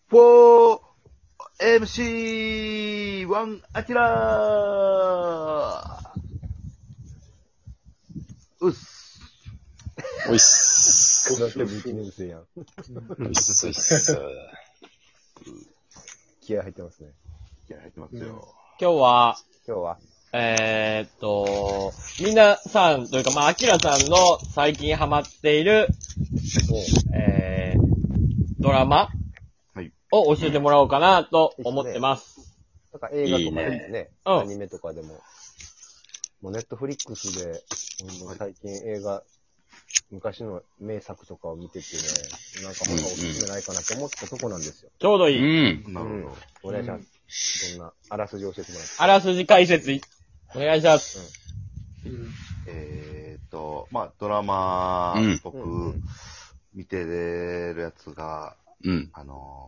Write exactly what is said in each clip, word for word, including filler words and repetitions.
フォーエムシーワン アキラーうっす。 おいっす。 だってもいちねん生やん。 おいっす、おいっす。 気合入ってますね。 気合入ってますよ。 今日は、 今日は、 えー、っと、皆さんというか、まあ、アキラさんの最近ハマっている、えー、ドラマはいを教えてもらおうかなと思ってます。 なんか映画とかでもね、 いいねアニメとかでも、もうネットフリックスで、もう最近映画、昔の名作とかを見ててね、なんか他おすすめないかなと思ったとこなんですよ。 ちょうどいい。 うん。 なるほど。 お願いします。どんな、あらすじ教えてもらって。 あらすじ解説、お願いします。 えーっと、まあ、ドラマ、 うん僕、 うんうん見てるやつが、 うん。 あの、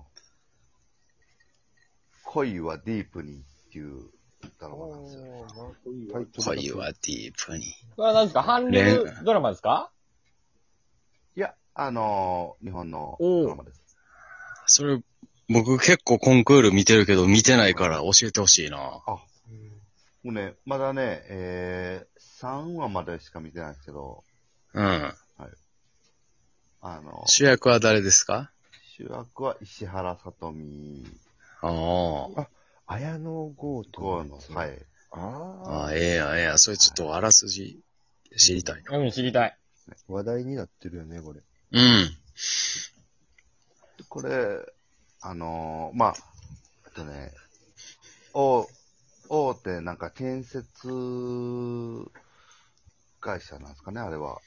恋はディープにっていうドラマなんですよ。 タイトルだけ恋はディープに。 これは何ですか？韓流ドラマですか？ いや、あの、日本のおードラマです。 それ、僕結構コンクール見てるけど見てないから教えてほしいな。 あ、もうね、まだね、えー、さんわまでしか見てないんですけど、 うん。 あの、 主役は誰ですか？ 主役は石原さとみああ。 綾野剛と。 号の、はい。 あああ、ええやん、ええやん。それちょっとあらすじ知りたいな。 うん、知りたい。 あ、話題になってるよね、これ。 うん。 これ、あのーまあ、えっとね、大、大手なんか建設会社なんですかね、あれは。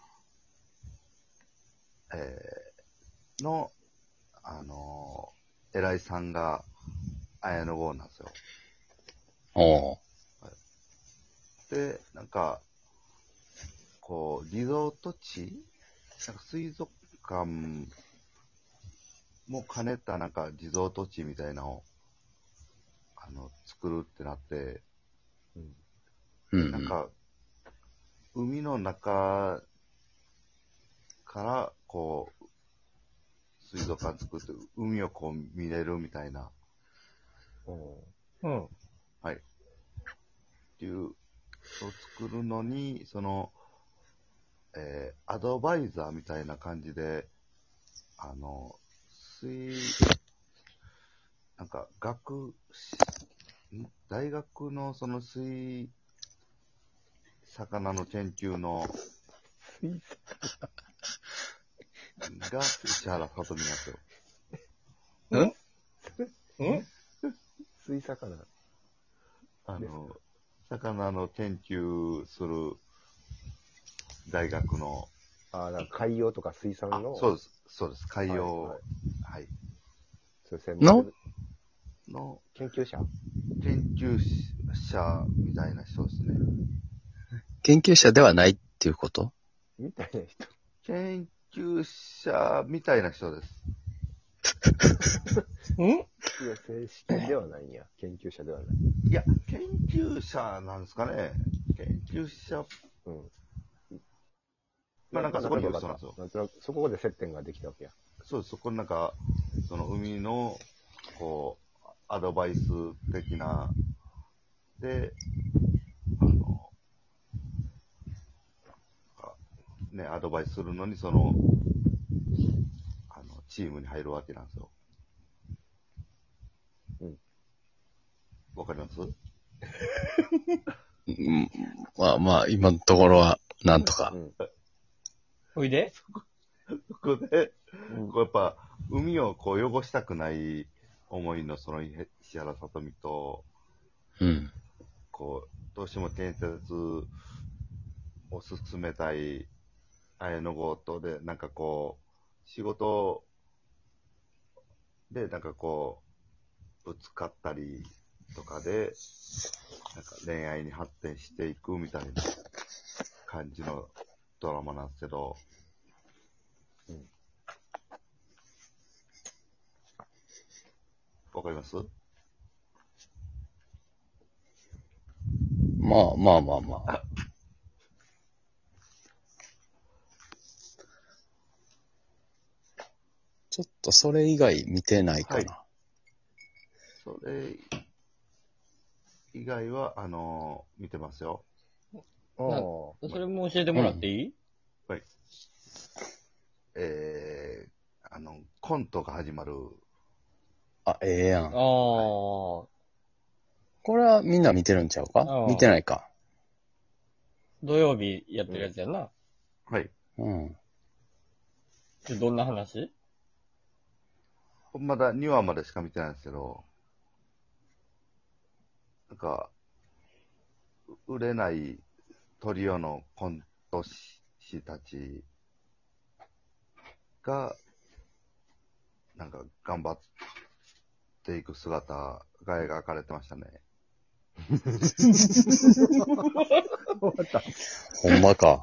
えー、の、あのー偉いさんが綾野剛なんですよ。 おう。 で、なんか、こう、リゾート地なんか水族館も兼ねたなんかリゾート地みたいなのを、あの、作るってなって、 うん。 なんか、海の中から、こう、水族館作って、海をこう見れるみたいな、 うん。 はい。っていう、を作るのに、その、えー、アドバイザーみたいな感じで、あの、水、なんか、学、ん大学のその水、魚の研究の、が石原さとみなんですよ。 うん水魚。 あの、魚の研究する大学の、 ああ、なんか海洋とか水産あの。、 そうです、そうです、海洋、 ははいい、 そう専の門での研究者研究者みたいな人ですね。 研究者ではないっていうこと？ みたいな人。 研究者みたいな人です。 うんいや、正式ではないんや。研究者ではない。 いや、研究者なんですかね。研究者、 うん。 まあなんかそこにいる人なんですよ。 なんとなくそこで接点ができたわけや。 そうです、そこになんか、その海の、こう、アドバイス的な、で、あの、あね、アドバイスするのに、その、あの、チームに入るわけなんですよ。 うん。 わかります？ うん。まあまあ、今のところは、なんとかう。ん。 おいで。 そこで、こうやっぱ、海をこう汚したくない思いのその石原さとみと、 うん。 こう、どうしても建設を進めたい綾野剛とで、なんかこう、仕事でなんかこう、ぶつかったりとかで、なんか恋愛に発展していくみたいな感じのドラマなんですけど、わかります？ まあまあまあまあ。 ちょっとそれ以外見てないかな。 それ以外は、あのー見てますよ。 ああ。 それも教えてもらっていい？ えー、あの、コントが始まる。 あ、ええやん。 ああ。 これはみんな見てるんちゃうかああ見てないか。 土曜日やってるやつやんな。 はい。 うん。 でどんな話？ まだにわまでしか見てないんですけど、なんか、う売れないトリオのコント師たちが、なんか頑張っていく姿が描かれてましたね。 終わった。 ほんまか。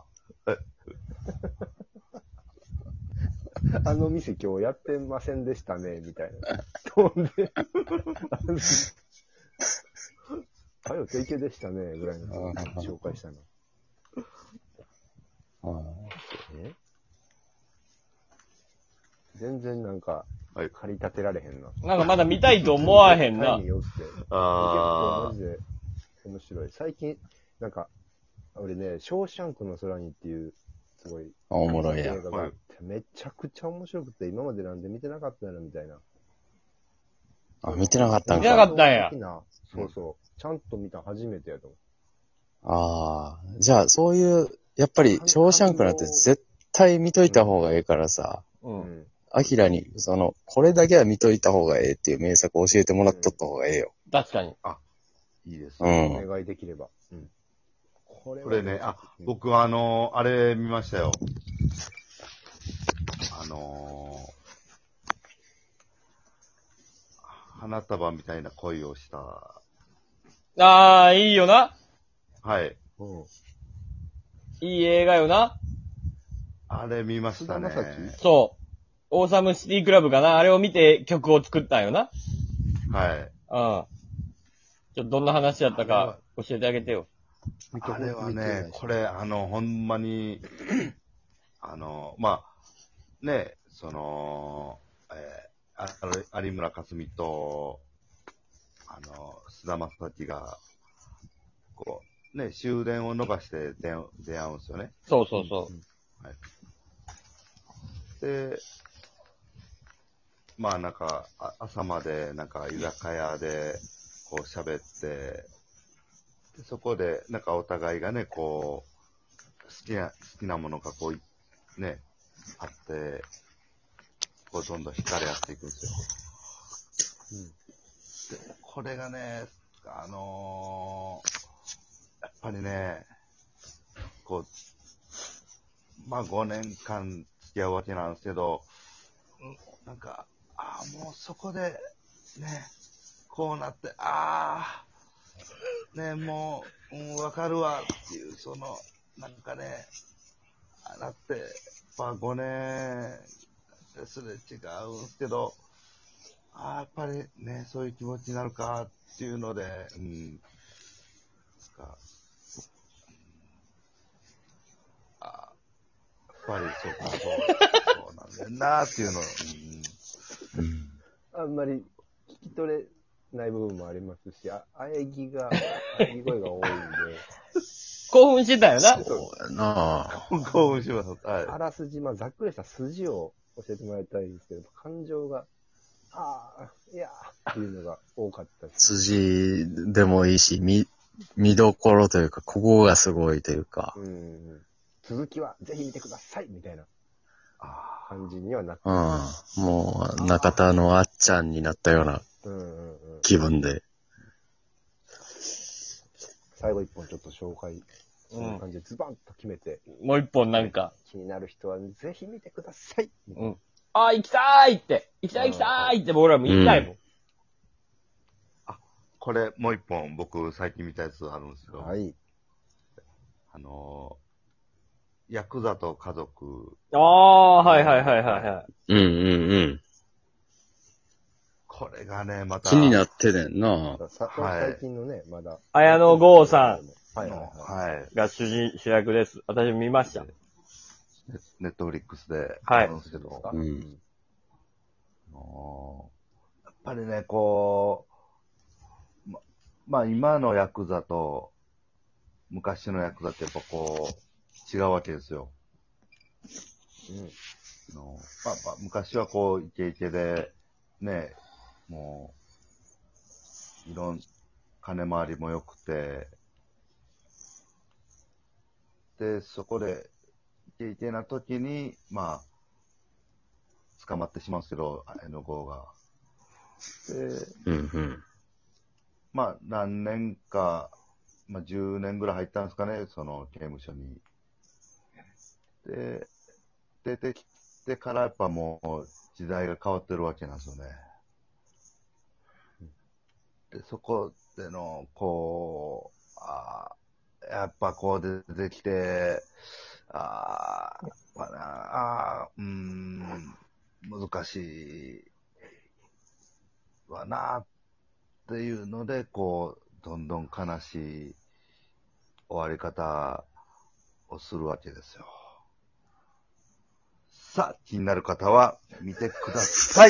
あの店今日やってませんでしたね、みたいな。飛んで、あよ、定型でしたね、ぐらいの紹介したの。え全然なんか、 はい駆り立てられへんな。 なんかまだ見たいと思わへんなタイに。よって。結構あマジで面白い。最近、なんか、俺ね、ショーシャンクの空にっていう、すごい、 あおもろいやん映画があって、めちゃくちゃ面白くて、今までなんで見てなかったのみたいな。 あ、見てなかったん見てなかか。 ったんや好きなそうそう。ちゃんと見た初めてやと思ああ。じゃあ、そういう、やっぱり、ショーシャンクなんて絶対見といた方がええからさ、 う。 う。うんん。 アキラに、その、これだけは見といた方がええっていう名作を教えてもらっとった方がええよ。 確かに。 いいですうね。 ん。 お願いできれば。うん。これこれね、あ、 うん僕はあのーあれ見ましたよ。あのー、花束みたいな恋をした。 ああ、いいよな。 はい。 うん。 いい映画よな。 あれ見ましたね。 菅田将暉そう。オーサムシティクラブかな。あれを見て曲を作ったんよな。 はい。 うん。ちょっとどんな話やったか教えてあげてよ。 あれはね、これ、あの、ほんまに、あの、まあ、ね、その、えー、あ有村架純と、あの、菅田将暉が、こう、ね、終電を逃して出会う出会うんですよね。 そうそうそう。 で、まあなんか、あ朝までなんか居酒屋でこう喋って、でそこでなんかお互いがね、こう、好きな、好きなものがこう、ね、あって、こうどんどん惹かれ合っていくんですよ。でこれがね、あのーやっぱりね、こう、まあごねんかん付き合うわけなんですけど、なんか、ああ、もうそこで、ね、こうなって、ああ、ね、もう、うん、わかるわっていう、その、なんかね、あなって、まあごねんですれ違うんですけど、ああ、やっぱりね、そういう気持ちになるかっていうので、うん、なんか、ああ、やっぱりそうか、そう、そうなんだよなっていうのを、うんうん。 あんまり聞き取れない部分もありますし、あ、喘ぎが、喘ぎ声が多いんで、 興奮してたよな。 そうやな興奮します。はい。 あらすじ、まあ、ざっくりした筋を教えてもらいたいんですけど、感情が、ああ、いやーっていうのが多かったです。 筋でもいいし、見、見どころというか、ここがすごいというか、 うん。続きはぜひ見てくださいみたいなあ感じにはなってうます。 ん。もう、中田のあっちゃんになったようなうんうんうん。 気分で。 最後一本ちょっと紹介、そうんんな感じでズバンと決めて、 もう一本なんか。 気になる人はぜひ見てください。 うん。ああ、行きたいって。行きたい行きたいって僕らも行きたいもん。 あ、これもう一本僕最近見たやつあるんですよ。 はい。 あのー、ヤクザと家族、 ああ、はいはいはいはいはい。 うんうんうん。 これがね、また、 気になってねんな。 さはい最近のね、まだ。 綾野剛さんはいはいはい。 はい。 が主人、主役です。私見ました。 ネットフリックスではいあるんですけど、 うん。 のやっぱりね、こう、ま、まあ今のヤクザと昔のヤクザってやっぱこう違うわけですよ。 うん。 のまあまあ昔はこうイケイケで、ね、もう、いろん、金回りも良くて、で、そこで、イケイケな時に、まあ、捕まってしまうんですけど、絵の号が。で、 うんうん。 まあ、何年か、まあ、じゅうねんぐらい入ったんですかね、その刑務所に。で、出てきてからやっぱもう時代が変わってるわけなんですよね。で、そこでの、こう、あーやっぱこう出てきて、あーまあなあー、うーん、難しいわなっていうので、こう、どんどん悲しい終わり方をするわけですよ。さあ、気になる方は見てください。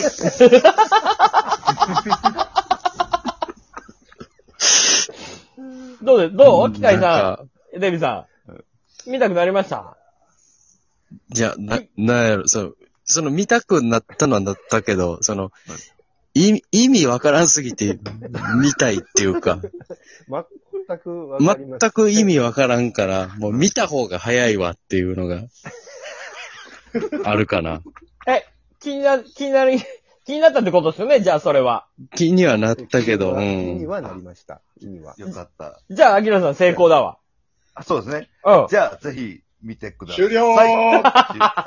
どうで、どう北井なんさかん、デビさん。見たくなりました？ いや、な、なんやろ、その、その見たくなったのはなったけど、その、意意味わからんすぎて見たいっていうか、 全くわかりません。 全く意味わからんから、もう見た方が早いわっていうのが、あるかな。 え、気にな、気になる、気になったってことですよね、じゃあそれは。 気にはなったけど、う気にん。 はなりました。気には。 よかった。 じゃあ、アキラさん成功だわ。 あ、そうですね。 うん。 じゃあ、ぜひ見てください。 終了